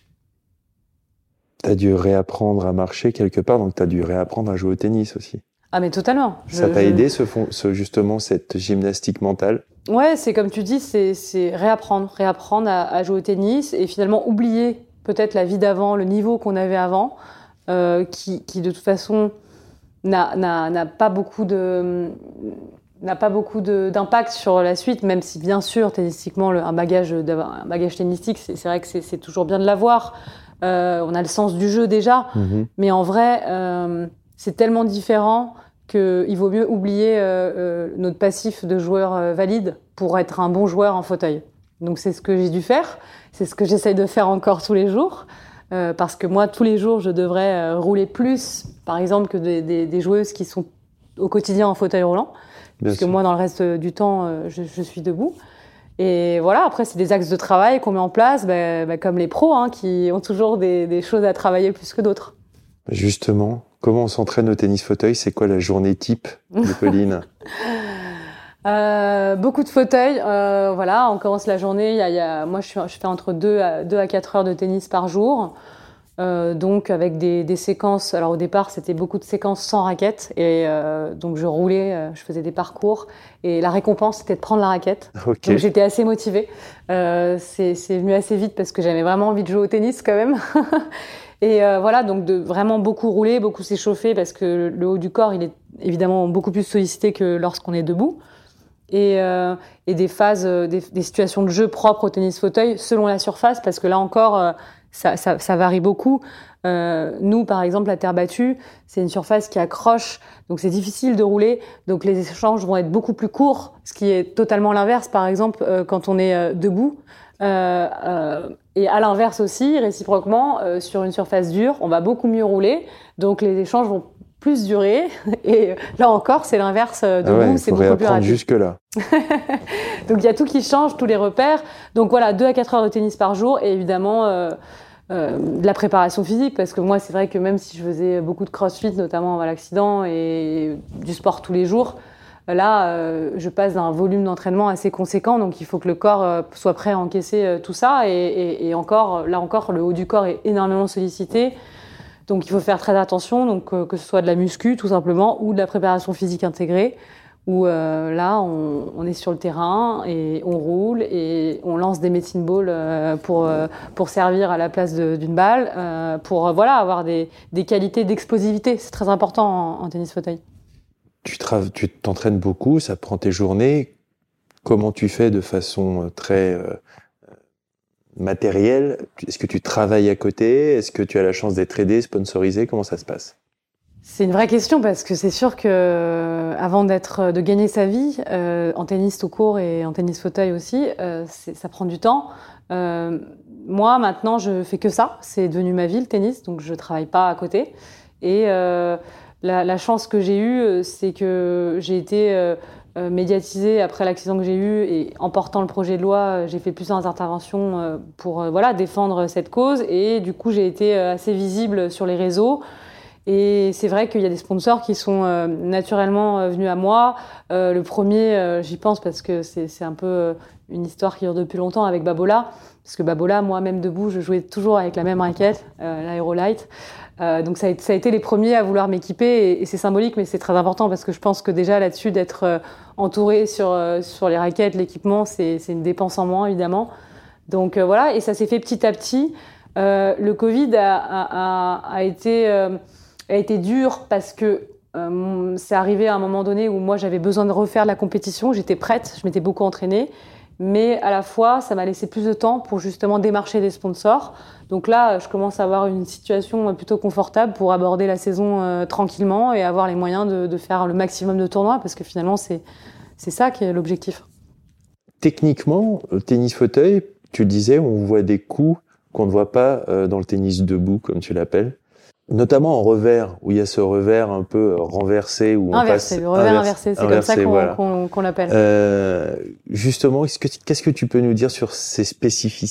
S4: T'as dû réapprendre à marcher quelque part, donc t'as dû réapprendre à jouer au tennis aussi.
S3: Ah, mais totalement.
S4: Ça je, t'a je... aidé, ce, ce, justement, cette gymnastique mentale?
S3: Ouais, c'est comme tu dis, c'est, c'est réapprendre, réapprendre à, à jouer au tennis et finalement oublier peut-être la vie d'avant, le niveau qu'on avait avant, euh, qui, qui de toute façon n'a, n'a, n'a pas beaucoup de, n'a pas beaucoup de, d'impact sur la suite, même si bien sûr, tennistiquement, le, un bagage, un bagage tennistique, c'est, c'est vrai que c'est, c'est toujours bien de l'avoir. Euh, on a le sens du jeu déjà, mm-hmm. mais en vrai, euh, c'est tellement différent qu'il vaut mieux oublier euh, euh, notre passif de joueur euh, valide pour être un bon joueur en fauteuil. Donc c'est ce que j'ai dû faire, c'est ce que j'essaye de faire encore tous les jours, euh, parce que moi, tous les jours, je devrais euh, rouler plus, par exemple, que des, des, des joueuses qui sont au quotidien en fauteuil roulant, Bien puisque sûr. Moi, dans le reste du temps, euh, je, je suis debout. Et voilà, après, c'est des axes de travail qu'on met en place, bah, bah, comme les pros, hein, qui ont toujours des, des choses à travailler plus que d'autres.
S4: Justement, comment on s'entraîne au tennis fauteuil? C'est quoi la journée type de Pauline?
S3: euh, Beaucoup de fauteuils. Euh, voilà, on commence la journée. Il y a, il y a, moi, je, suis, je fais entre deux à quatre heures de tennis par jour. Euh, donc, avec des, des séquences. Alors, au départ, c'était beaucoup de séquences sans raquette. Et euh, donc, je roulais, euh, je faisais des parcours. Et la récompense, c'était de prendre la raquette. Okay. Donc, j'étais assez motivée. Euh, c'est, c'est venu assez vite parce que j'avais vraiment envie de jouer au tennis quand même. Et euh, voilà, donc de vraiment beaucoup rouler, beaucoup s'échauffer parce que le haut du corps, il est évidemment beaucoup plus sollicité que lorsqu'on est debout. Et, euh, et des phases, des, des situations de jeu propres au tennis fauteuil selon la surface, parce que là encore, euh, ça, ça, ça varie beaucoup. Euh, nous, par exemple, la terre battue, c'est une surface qui accroche, donc c'est difficile de rouler. Donc les échanges vont être beaucoup plus courts, ce qui est totalement l'inverse, par exemple, euh, quand on est euh, debout. Euh, euh, et à l'inverse aussi, réciproquement, euh, sur une surface dure, on va beaucoup mieux rouler, donc les échanges vont plus durer. Et là encore, c'est l'inverse de ah ouais, vous, c'est beaucoup plus rapide.
S4: Jusque là.
S3: Donc il y a tout qui change, tous les repères. Donc voilà, deux à quatre heures de tennis par jour, et évidemment euh, euh, de la préparation physique, parce que moi, c'est vrai que même si je faisais beaucoup de crossfit, notamment à l'accident, et du sport tous les jours. Là, euh, je passe d'un volume d'entraînement assez conséquent, donc il faut que le corps euh, soit prêt à encaisser euh, tout ça. Et, et, et encore, là encore, le haut du corps est énormément sollicité, donc il faut faire très attention. Donc euh, que ce soit de la muscu, tout simplement, ou de la préparation physique intégrée, où euh, là, on, on est sur le terrain et on roule et on lance des medicine balls euh, pour euh, pour servir à la place de, d'une balle, euh, pour euh, voilà avoir des des qualités d'explosivité. C'est très important en, en tennis fauteuil.
S4: Tu, tra- tu t'entraînes beaucoup, ça prend tes journées. Comment tu fais de façon très euh, matérielle? Est-ce que tu travailles à côté? Est-ce que tu as la chance d'être aidé, sponsorisé? Comment ça se passe?
S3: C'est une vraie question parce que c'est sûr que avant d'être, de gagner sa vie, euh, en tennis tout court et en tennis fauteuil aussi, euh, c'est, ça prend du temps. Euh, moi, maintenant, je fais que ça. C'est devenu ma vie, le tennis, donc je travaille pas à côté. Et euh, La, la chance que j'ai eue, c'est que j'ai été euh, médiatisée après l'accident que j'ai eu, et en portant le projet de loi, j'ai fait plusieurs interventions euh, pour euh, voilà, défendre cette cause, et du coup j'ai été euh, assez visible sur les réseaux. Et c'est vrai qu'il y a des sponsors qui sont euh, naturellement euh, venus à moi. Euh, le premier, euh, j'y pense parce que c'est, c'est un peu euh, une histoire qui dure depuis longtemps avec Babola. Parce que Babola, moi, même debout, je jouais toujours avec la même raquette, euh, l'Aerolite. Euh, donc ça a, ça a été les premiers à vouloir m'équiper, et, et c'est symbolique, mais c'est très important parce que je pense que déjà là-dessus, d'être euh, entouré sur, euh, sur les raquettes, l'équipement, c'est, c'est une dépense en moins, évidemment. Donc euh, voilà, et ça s'est fait petit à petit. Euh, le Covid a, a, a, a été... Euh, a été dur parce que euh, c'est arrivé à un moment donné où moi j'avais besoin de refaire la compétition, j'étais prête, je m'étais beaucoup entraînée, mais à la fois, ça m'a laissé plus de temps pour justement démarcher des sponsors. Donc là, je commence à avoir une situation plutôt confortable pour aborder la saison euh, tranquillement et avoir les moyens de, de faire le maximum de tournois, parce que finalement, c'est, c'est ça qui est l'objectif.
S4: Techniquement, le tennis fauteuil, tu le disais, on voit des coups qu'on ne voit pas euh, dans le tennis debout, comme tu l'appelles. Notamment en revers, où il y a ce revers un peu renversé. Où
S3: inversé, on passe, le revers inversé, inversé c'est inversé, comme ça qu'on, voilà. qu'on, qu'on l'appelle.
S4: Euh, justement, est-ce que, qu'est-ce que tu peux nous dire sur ces spécificités-là ?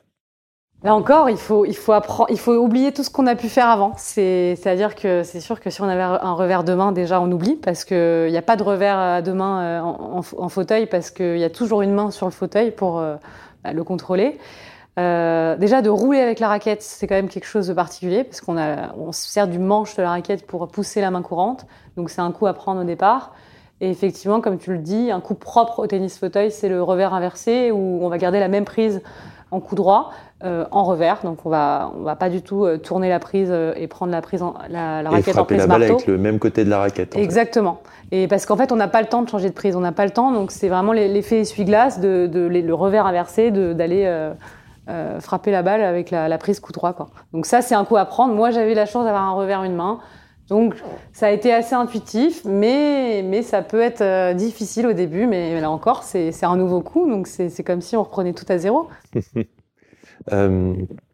S3: Là encore, il faut, il faut apprendre, il faut oublier tout ce qu'on a pu faire avant. C'est, c'est-à-dire que c'est sûr que si on avait un revers de main, déjà, on oublie, parce que il n'y a pas de revers de main en, en, en fauteuil, parce qu'il y a toujours une main sur le fauteuil pour euh, bah, le contrôler. Euh, déjà, de rouler avec la raquette, c'est quand même quelque chose de particulier, parce qu'on a, on se sert du manche de la raquette pour pousser la main courante. Donc, c'est un coup à prendre au départ. Et effectivement, comme tu le dis, un coup propre au tennis fauteuil, c'est le revers inversé, où on va garder la même prise en coup droit, euh, en revers. Donc, on va, on va pas du tout euh, tourner la prise euh, et prendre la prise en, la, la raquette en prise marteau. Et frapper la balle avec le même côté de la raquette. Exactement. Fait. Et parce qu'en fait, on n'a pas le temps de changer de prise. On n'a pas le temps. Donc, c'est vraiment l'effet essuie-glace de, de, de le revers inversé, de, d'aller euh, euh, frapper la balle avec la, la prise coup droit, quoi. Donc ça, c'est un coup à prendre. Moi, j'avais la chance d'avoir un revers une main. Donc, ça a été assez intuitif, mais, mais ça peut être euh, difficile au début. Mais là encore, c'est, c'est un nouveau coup. Donc, c'est, c'est comme si on reprenait tout à zéro.
S4: euh,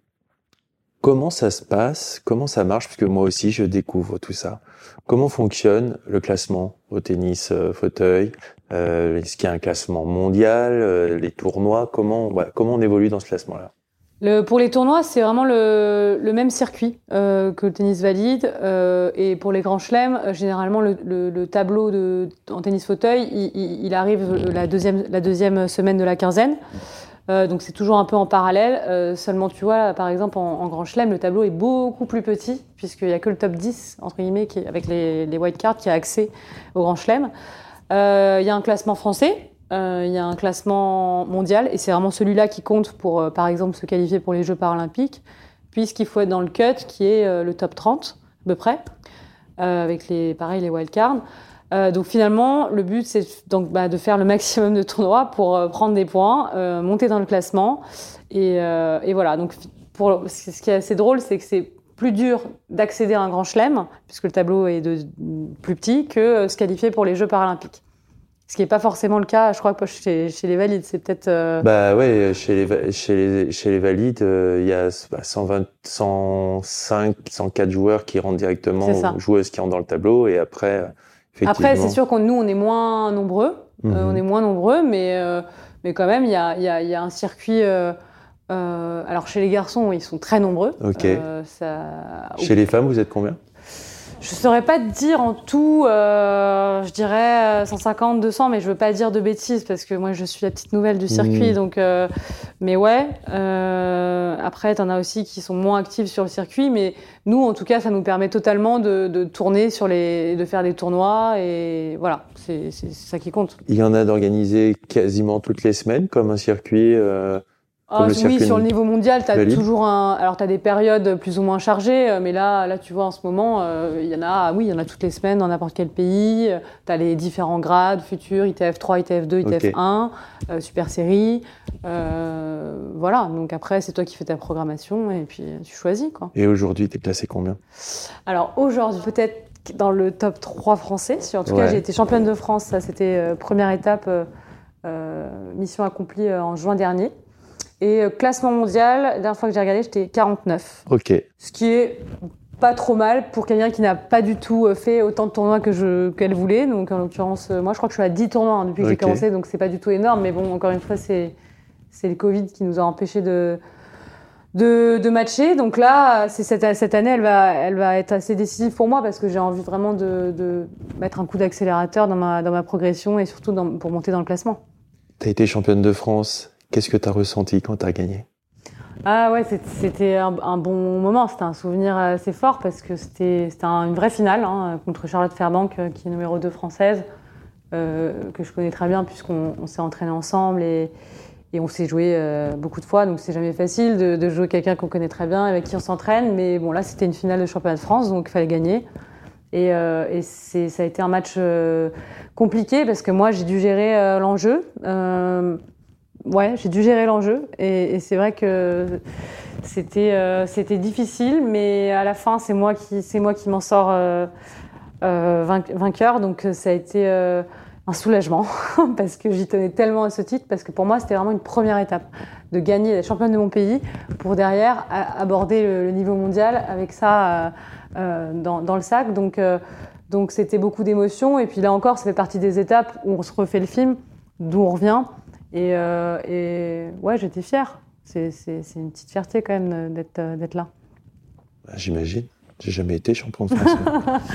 S4: comment ça se passe ? Comment ça marche ? Parce que moi aussi, je découvre tout ça. Comment fonctionne le classement au tennis euh, fauteuil ? euh, Est-ce qu'il y a un classement mondial ? euh, Les tournois ? Comment, ouais, comment on évolue dans ce classement-là ?
S3: Le, pour les tournois, c'est vraiment le, le même circuit euh, que le tennis valide. Euh, et pour les grands chelems, euh, généralement, le, le, le tableau de, en tennis fauteuil, il, il, il arrive la deuxième, la deuxième semaine de la quinzaine. Euh, donc c'est toujours un peu en parallèle. Euh, seulement, tu vois, là, par exemple, en, en grand chelem, le tableau est beaucoup plus petit, puisqu'il n'y a que le top dix, entre guillemets, qui est, avec les, les wildcards, qui a accès au grand chelem. Euh, il y a un classement français. Il euh, y a un classement mondial et c'est vraiment celui-là qui compte pour, euh, par exemple, se qualifier pour les Jeux paralympiques, puisqu'il faut être dans le cut qui est euh, le top trente, à peu près, euh, avec les, pareil, les wildcards. Euh, donc finalement, le but, c'est donc, bah, de faire le maximum de tournois pour euh, prendre des points, euh, monter dans le classement. Et, euh, et voilà, donc pour, ce qui est assez drôle, c'est que c'est plus dur d'accéder à un grand chelem, puisque le tableau est de, plus petit, que euh, se qualifier pour les Jeux paralympiques. Ce qui n'est pas forcément le cas, je crois que chez, chez les valides, c'est peut-être... Euh...
S4: Bah ouais, chez les, chez les, chez les valides, il euh, y a bah, cent vingt, cent cinq, cent quatre joueurs qui rentrent directement, aux joueuses qui rentrent dans le tableau, et après, effectivement...
S3: Après, c'est sûr que nous, on est moins nombreux, mm-hmm. euh, on est moins nombreux, mais, euh, mais quand même, il y a, y, a, y a un circuit... Euh, euh, alors, chez les garçons, ils sont très nombreux.
S4: Ok.
S3: Euh, ça...
S4: Chez les femmes, vous êtes combien ?
S3: Je ne saurais pas te dire en tout, euh, je dirais cent cinquante, deux cents, mais je ne veux pas dire de bêtises parce que moi je suis la petite nouvelle du circuit. Mmh. Donc, euh, mais ouais, euh, après tu en as aussi qui sont moins actifs sur le circuit, mais nous en tout cas ça nous permet totalement de, de tourner sur les, de faire des tournois et voilà, c'est, c'est, c'est ça qui compte.
S4: Il y en a d'organisés quasiment toutes les semaines comme un circuit euh...
S3: Ah, oui, sur le niveau mondial, tu as toujours un. Alors, tu as des périodes plus ou moins chargées, mais là, là, tu vois, en ce moment, il euh, y en a, oui, il y en a toutes les semaines dans n'importe quel pays. Tu as les différents grades, futurs, I T F trois, I T F deux, I T F un, okay. euh, Super Série. Euh, voilà, donc après, c'est toi qui fais ta programmation et puis tu choisis, quoi.
S4: Et aujourd'hui, tu es classé combien ?
S3: Alors, aujourd'hui, peut-être dans le top trois français. En tout ouais. cas, j'ai été championne de France. Ça, c'était euh, première étape, euh, euh, mission accomplie euh, en juin dernier. Et euh, classement mondial, la dernière fois que j'ai regardé, j'étais quarante-neuf.
S4: Ok.
S3: Ce qui est pas trop mal pour quelqu'un qui n'a pas du tout fait autant de tournois que je, qu'elle voulait. Donc en l'occurrence, euh, moi je crois que je suis à dix tournois hein, depuis que okay. j'ai commencé, donc c'est pas du tout énorme. Mais bon, encore une fois, c'est, c'est le Covid qui nous a empêchés de, de, de matcher. Donc là, c'est cette, cette année, elle va, elle va être assez décisive pour moi parce que j'ai envie vraiment de, de mettre un coup d'accélérateur dans ma, dans ma progression et surtout dans, pour monter dans le classement.
S4: Tu as été championne de France. Qu'est-ce que tu as ressenti quand tu as gagné ?
S3: Ah ouais, c'était un, un bon moment. C'était un souvenir assez fort parce que c'était, c'était un, une vraie finale hein, contre Charlotte Fairbank, qui est numéro deux française, euh, que je connais très bien puisqu'on on s'est entraînés ensemble et, et on s'est joué euh, beaucoup de fois. Donc c'est jamais facile de, de jouer quelqu'un qu'on connaît très bien, avec qui on s'entraîne. Mais bon, là, c'était une finale de championnat de France, donc il fallait gagner. Et, euh, et c'est, ça a été un match euh, compliqué parce que moi, j'ai dû gérer euh, l'enjeu. Euh, ouais, j'ai dû gérer l'enjeu et, et c'est vrai que c'était, euh, c'était difficile, mais à la fin, c'est moi qui, c'est moi qui m'en sors euh, euh, vainqueur. Donc ça a été euh, un soulagement parce que j'y tenais tellement à ce titre, parce que pour moi, c'était vraiment une première étape de gagner la championne de mon pays pour derrière aborder le, le niveau mondial avec ça euh, euh, dans, dans le sac. Donc, euh, donc c'était beaucoup d'émotions. Et puis là encore, ça fait partie des étapes où on se refait le film, d'où on revient. Et, euh, et ouais, j'étais fière. C'est, c'est, c'est une petite fierté quand même d'être, d'être là.
S4: Bah, j'imagine. J'ai jamais été champion de France.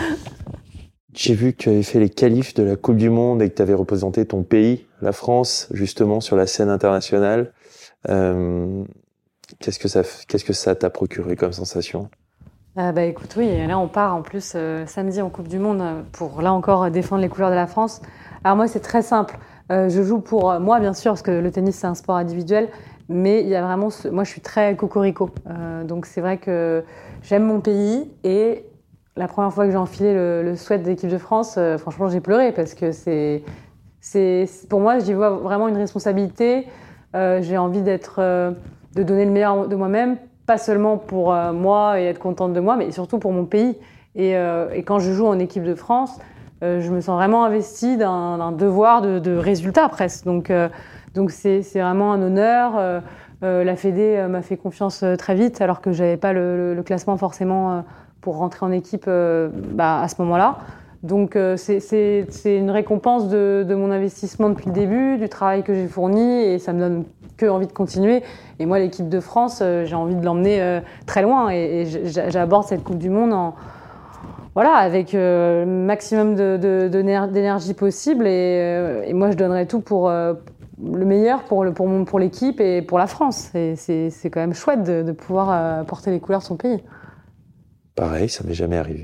S4: J'ai vu que tu avais fait les qualifs de la Coupe du Monde et que tu avais représenté ton pays, la France, justement, sur la scène internationale. Euh, qu'est-ce que ça, qu'est-ce que ça t'a procuré comme sensation ?
S3: Euh, bah écoute, oui, là on part en plus euh, samedi en Coupe du Monde pour là encore défendre les couleurs de la France. Alors moi c'est très simple, euh, je joue pour moi bien sûr parce que le tennis c'est un sport individuel, mais il y a vraiment, ce... moi je suis très cocorico, euh, donc c'est vrai que j'aime mon pays et la première fois que j'ai enfilé le, le sweat de l'équipe de France, euh, franchement j'ai pleuré parce que c'est, c'est, pour moi j'y vois vraiment une responsabilité, euh, j'ai envie d'être, euh, de donner le meilleur de moi-même. Pas seulement pour euh, moi et être contente de moi, mais surtout pour mon pays. Et, euh, et quand je joue en équipe de France, euh, je me sens vraiment investie d'un, d'un devoir de, de résultat presque. Donc, euh, donc c'est, c'est vraiment un honneur. Euh, euh, la Fédé euh, m'a fait confiance euh, très vite, alors que j'avais pas le, le, le classement forcément euh, pour rentrer en équipe euh, bah, à ce moment-là. Donc euh, c'est, c'est, c'est une récompense de, de mon investissement depuis le début, du travail que j'ai fourni, et ça me donne que envie de continuer. Et moi, l'équipe de France, euh, j'ai envie de l'emmener euh, très loin. Et, et j'aborde cette Coupe du Monde en, voilà, avec euh, le maximum de, de, de, d'énergie possible. Et, euh, et moi, je donnerai tout pour euh, le meilleur pour, le, pour, mon, pour l'équipe et pour la France. Et c'est, c'est quand même chouette de, de pouvoir euh, porter les couleurs de son pays.
S4: Pareil, ça m'est jamais arrivé.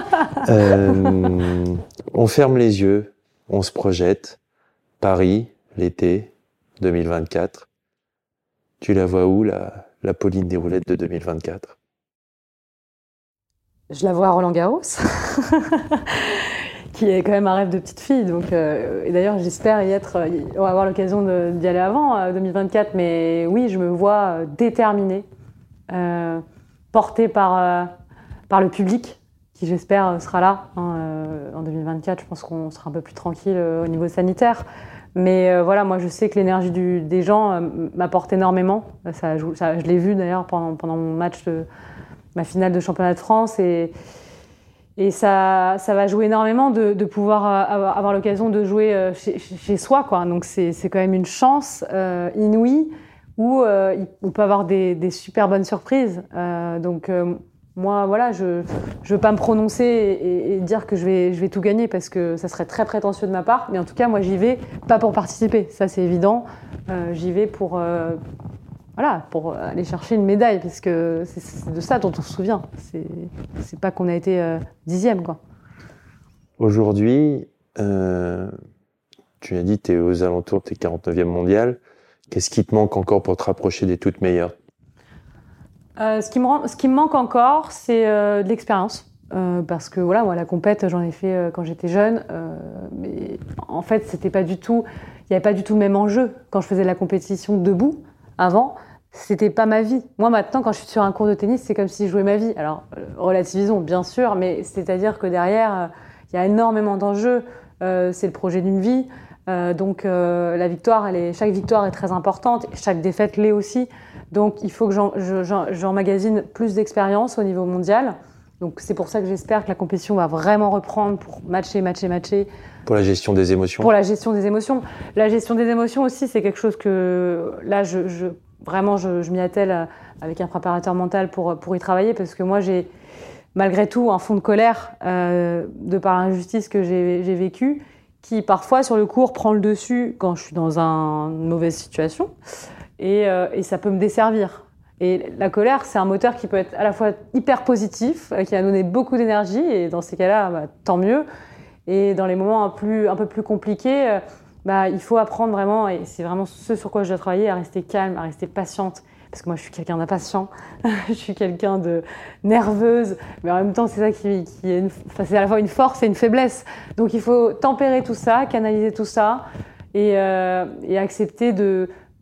S4: euh, on ferme les yeux, on se projette. Paris, l'été deux mille vingt-quatre. Tu la vois où, la, la Pauline Déroulède de deux mille vingt-quatre ?
S3: Je la vois à Roland-Garros, qui est quand même un rêve de petite fille. Donc, euh, et d'ailleurs, j'espère y être, on va avoir l'occasion de, d'y aller avant euh, deux mille vingt-quatre. Mais oui, je me vois déterminée, euh, portée par, euh, par le public, qui j'espère sera là hein, euh, en deux mille vingt-quatre. Je pense qu'on sera un peu plus tranquille euh, au niveau sanitaire. Mais euh, voilà, moi je sais que l'énergie du, des gens euh, m'apporte énormément. Ça, ça, je l'ai vu d'ailleurs pendant, pendant mon match, de, ma finale de championnat de France. Et, et ça, ça va jouer énormément de, de pouvoir avoir, avoir l'occasion de jouer euh, chez, chez soi, quoi. Donc c'est, c'est quand même une chance euh, inouïe où euh, on peut avoir des, des super bonnes surprises. Euh, donc euh, moi, voilà, je ne veux pas me prononcer et, et dire que je vais, je vais tout gagner parce que ça serait très prétentieux de ma part. Mais en tout cas, moi, j'y vais pas pour participer. Ça, c'est évident. Euh, j'y vais pour, euh, voilà, pour aller chercher une médaille parce que c'est, c'est de ça dont on se souvient. C'est, c'est pas qu'on a été euh, dixième, quoi.
S4: Aujourd'hui, euh, tu as dit que tu es aux alentours de tes quarante-neuvième mondial. Qu'est-ce qui te manque encore pour te rapprocher des toutes meilleures ?
S3: Euh, ce, qui me rend, ce qui me manque encore, c'est euh, de l'expérience. Euh, parce que voilà, moi, la compète, j'en ai fait euh, quand j'étais jeune. Euh, mais en fait, c'était pas du tout, il n'y avait pas du tout le même enjeu. Quand je faisais de la compétition debout, avant, c'était pas ma vie. Moi, maintenant, quand je suis sur un court de tennis, c'est comme si je jouais ma vie. Alors, euh, relativisons, bien sûr, mais c'est-à-dire que derrière, euh, il y a énormément d'enjeux. Euh, c'est le projet d'une vie. Euh, donc, euh, la victoire, elle est, chaque victoire est très importante. Chaque défaite l'est aussi. Donc, il faut que j'en, j'en, j'emmagasine plus d'expérience au niveau mondial. Donc, c'est pour ça que j'espère que la compétition va vraiment reprendre pour matcher, matcher, matcher.
S4: Pour la gestion des émotions.
S3: Pour la gestion des émotions. La gestion des émotions aussi, c'est quelque chose que, là, je, je, vraiment, je, je m'y attelle avec un préparateur mental pour, pour y travailler parce que moi, j'ai malgré tout un fond de colère euh, de par l'injustice que j'ai, j'ai vécue qui, parfois, sur le court, prend le dessus quand je suis dans un, une mauvaise situation. Et, euh, et ça peut me desservir. Et la colère, c'est un moteur qui peut être à la fois hyper positif, euh, qui va donner beaucoup d'énergie, et dans ces cas-là, bah, tant mieux. Et dans les moments un, plus, un peu plus compliqués, euh, bah, il faut apprendre vraiment, et c'est vraiment ce sur quoi je dois travailler, à rester calme, à rester patiente. Parce que moi, je suis quelqu'un d'impatient, je suis quelqu'un de nerveuse, mais en même temps, c'est ça qui, qui est, une, enfin, c'est à la fois une force et une faiblesse. Donc, il faut tempérer tout ça, canaliser tout ça, et, euh, et accepter de... de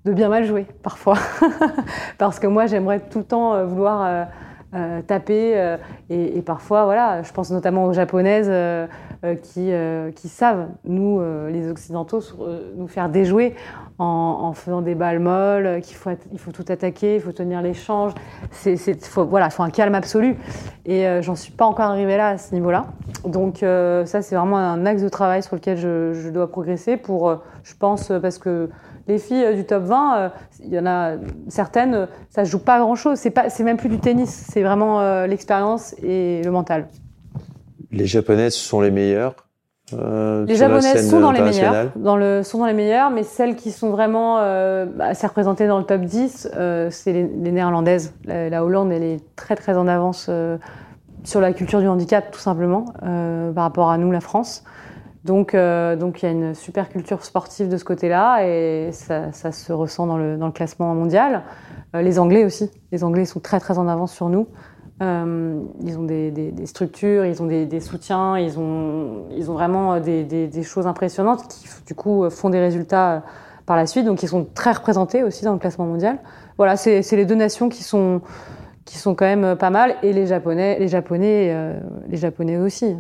S3: de bien mal jouer parfois. Parce que moi, j'aimerais tout le temps euh, vouloir euh, euh, taper. Euh, et, et parfois, voilà, je pense notamment aux Japonaises euh, euh, qui, euh, qui savent, nous, euh, les Occidentaux, euh, nous faire déjouer en, en faisant des balles molles, euh, qu'il faut, il faut tout attaquer, il faut tenir l'échange. C'est, c'est, faut, voilà, il faut un calme absolu. Et euh, j'en suis pas encore arrivée là, à ce niveau-là. Donc euh, ça, c'est vraiment un axe de travail sur lequel je, je dois progresser pour, euh, je pense, parce que les filles euh, du top vingt, euh, il y en a certaines, euh, ça se joue pas à grand-chose. C'est pas, c'est même plus du tennis, c'est vraiment euh, l'expérience et le mental.
S4: Les Japonaises sont les meilleures. Euh,
S3: les Japonaises sont dans les meilleures, dans le, sont dans les meilleures, mais celles qui sont vraiment euh, assez représentées dans le top dix, euh, c'est les, les Néerlandaises. La, la Hollande, elle est très très en avance euh, sur la culture du handicap, tout simplement, euh, par rapport à nous, la France. Donc, euh, donc il y a une super culture sportive de ce côté-là et ça, ça se ressent dans le, dans le classement mondial. Euh, les Anglais aussi. Les Anglais sont très très en avance sur nous. Euh, ils ont des, des, des structures, ils ont des, des soutiens, ils ont, ils ont vraiment des, des, des choses impressionnantes qui, du coup, font des résultats par la suite. Donc, ils sont très représentés aussi dans le classement mondial. Voilà, c'est, c'est les deux nations qui sont, qui sont quand même pas mal. Et les Japonais, les Japonais, euh, les Japonais aussi.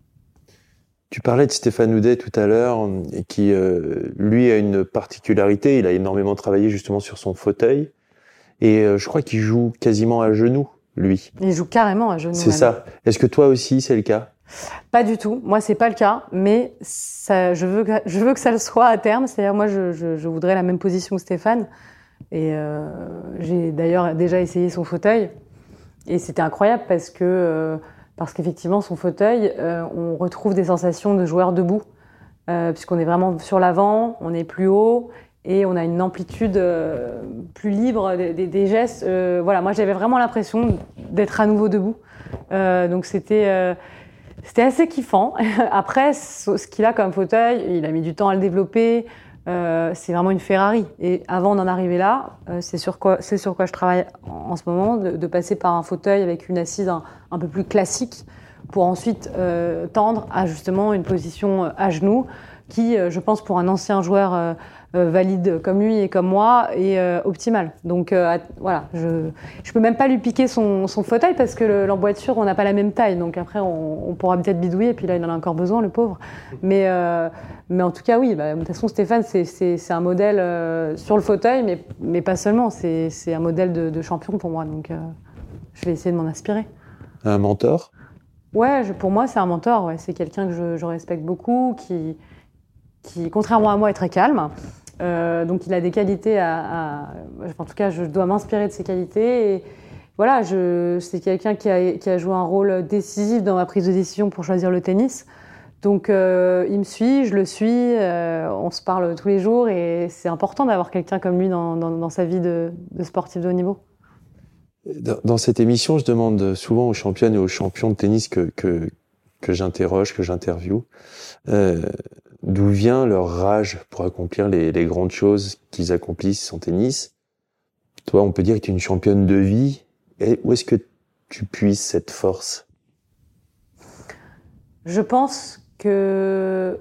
S4: Tu parlais de Stéphane Houdet tout à l'heure, et qui, euh, lui, a une particularité. Il a énormément travaillé justement sur son fauteuil. Et euh, je crois qu'il joue quasiment à genoux, lui.
S3: Il joue carrément à genoux.
S4: C'est
S3: même.
S4: ça. Est-ce que toi aussi, c'est le cas ?
S3: Pas du tout. Moi, c'est pas le cas. Mais ça, je veux que, je veux que ça le soit à terme. C'est-à-dire, moi, je, je, je voudrais la même position que Stéphane. Et euh, j'ai d'ailleurs déjà essayé son fauteuil. Et c'était incroyable parce que... Euh, Parce qu'effectivement, son fauteuil, euh, on retrouve des sensations de joueur debout, euh, puisqu'on est vraiment sur l'avant, on est plus haut et on a une amplitude euh, plus libre des, des, des gestes. Euh, voilà, moi j'avais vraiment l'impression d'être à nouveau debout. Euh, donc c'était, euh, c'était assez kiffant. Après, ce qu'il a comme fauteuil, il a mis du temps à le développer. Euh, c'est vraiment une Ferrari. Et avant d'en arriver là, euh, c'est sur quoi, c'est sur quoi je travaille en, en ce moment, de, de passer par un fauteuil avec une assise un, un peu plus classique pour ensuite euh, tendre à justement une position à genoux qui, euh, je pense, pour un ancien joueur euh, euh, valide comme lui et comme moi, est euh, optimale. Donc euh, voilà, je je peux même pas lui piquer son, son fauteuil parce que le, l'emboîture, on n'a pas la même taille. Donc après, on, on pourra peut-être bidouiller et puis là, il en a encore besoin, le pauvre. Mais euh, mais en tout cas, oui. Bah, de toute façon, Stéphane, c'est c'est c'est un modèle euh, sur le fauteuil, mais mais pas seulement. C'est c'est un modèle de, de champion pour moi. Donc euh, je vais essayer de m'en inspirer.
S4: Un mentor ?
S3: Ouais, je, pour moi, c'est un mentor. Ouais, c'est quelqu'un que je, je respecte beaucoup, qui qui, contrairement à moi, est très calme. Euh, donc, il a des qualités à, à... En tout cas, je dois m'inspirer de ses qualités. Et voilà, je, c'est quelqu'un qui a, qui a joué un rôle décisif dans ma prise de décision pour choisir le tennis. Donc, euh, il me suit, je le suis, euh, on se parle tous les jours. Et c'est important d'avoir quelqu'un comme lui dans, dans, dans sa vie de, de sportif de haut niveau.
S4: Dans, dans cette émission, je demande souvent aux championnes et aux champions de tennis que, que, que j'interroge, que j'interviewe, euh, d'où vient leur rage pour accomplir les, les grandes choses qu'ils accomplissent en tennis. Toi, on peut dire que tu es une championne de vie. Et où est-ce que tu puises cette force ?
S3: Je pense que...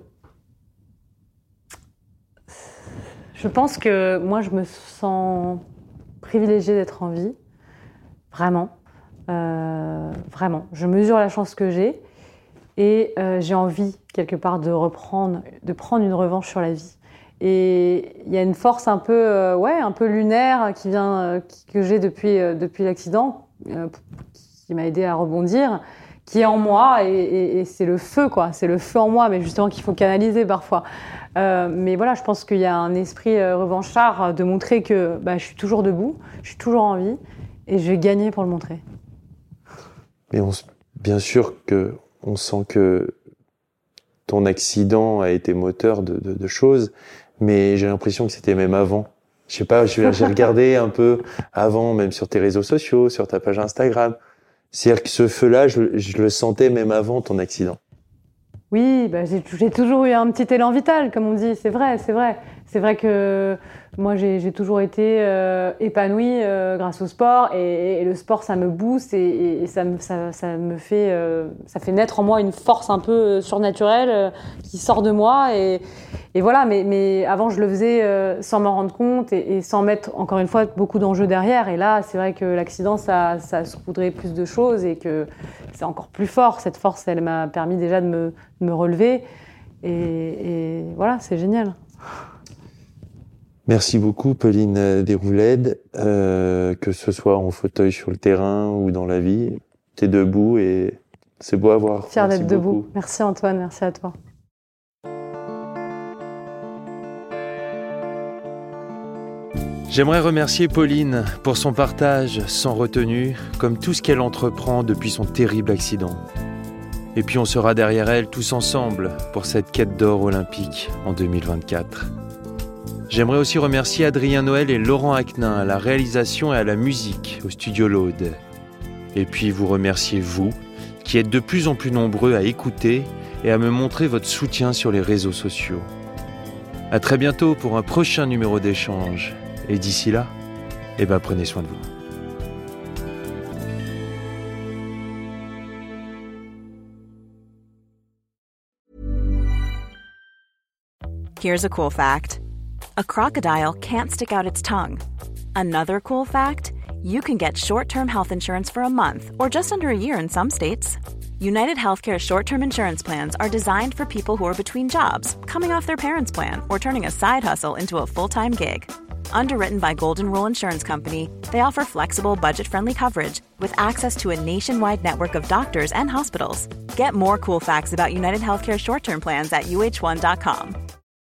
S3: Je pense que moi, je me sens privilégiée d'être en vie. Vraiment. Euh, vraiment. Je mesure la chance que j'ai. Et euh, j'ai envie, quelque part, de reprendre, de prendre une revanche sur la vie. Et il y a une force un peu, euh, ouais, un peu lunaire qui vient, euh, qui, que j'ai depuis, euh, depuis l'accident, euh, qui m'a aidé à rebondir, qui est en moi. Et, et, et c'est le feu, quoi. C'est le feu en moi, mais justement qu'il faut canaliser parfois. Euh, mais voilà, je pense qu'il y a un esprit euh, revanchard de montrer que bah, je suis toujours debout, je suis toujours en vie, et je vais gagner pour le montrer.
S4: Mais on, bien sûr que on sent que ton accident a été moteur de, de, de choses, mais j'ai l'impression que c'était même avant. Je sais pas, j'ai regardé un peu avant, même sur tes réseaux sociaux, sur ta page Instagram. C'est-à-dire que ce feu-là, je, je le sentais même avant ton accident.
S3: Oui, bah, j'ai, j'ai toujours eu un petit élan vital, comme on dit. C'est vrai, c'est vrai. C'est vrai que moi, j'ai, j'ai toujours été euh, épanouie euh, grâce au sport. Et, et le sport, ça me booste et, et ça, me, ça, ça me fait, euh, ça fait naître en moi une force un peu surnaturelle euh, qui sort de moi. Et, et voilà, mais, mais avant, je le faisais euh, sans m'en rendre compte et, et sans mettre, encore une fois, beaucoup d'enjeux derrière. Et là, c'est vrai que l'accident, ça, ça saupoudrait plus de choses et que c'est encore plus fort. Cette force, elle m'a permis déjà de me, de me relever. Et, et voilà, c'est génial.
S4: Merci beaucoup, Pauline Déroulède, euh, que ce soit en fauteuil sur le terrain ou dans la vie. T'es debout et c'est beau à voir.
S3: Fière
S4: merci
S3: d'être
S4: beaucoup.
S3: debout. Merci Antoine, merci à toi.
S4: J'aimerais remercier Pauline pour son partage sans retenue, comme tout ce qu'elle entreprend depuis son terrible accident. Et puis on sera derrière elle tous ensemble pour cette quête d'or olympique en deux mille vingt-quatre. J'aimerais aussi remercier Adrien Noël et Laurent Aknin à la réalisation et à la musique au studio l'Aude. Et puis vous remercier vous, qui êtes de plus en plus nombreux à écouter et à me montrer votre soutien sur les réseaux sociaux. À très bientôt pour un prochain numéro d'échange. Et d'ici là, eh ben prenez soin de vous.
S5: Here's a cool fact. A crocodile can't stick out its tongue. Another cool fact, you can get short-term health insurance for a month or just under a year in some states. United Healthcare short-term insurance plans are designed for people who are between jobs, coming off their parents' plan, or turning a side hustle into a full-time gig. Underwritten by Golden Rule Insurance Company, they offer flexible, budget-friendly coverage with access to a nationwide network of doctors and hospitals. Get more cool facts about United Healthcare short-term plans at U H one dot com.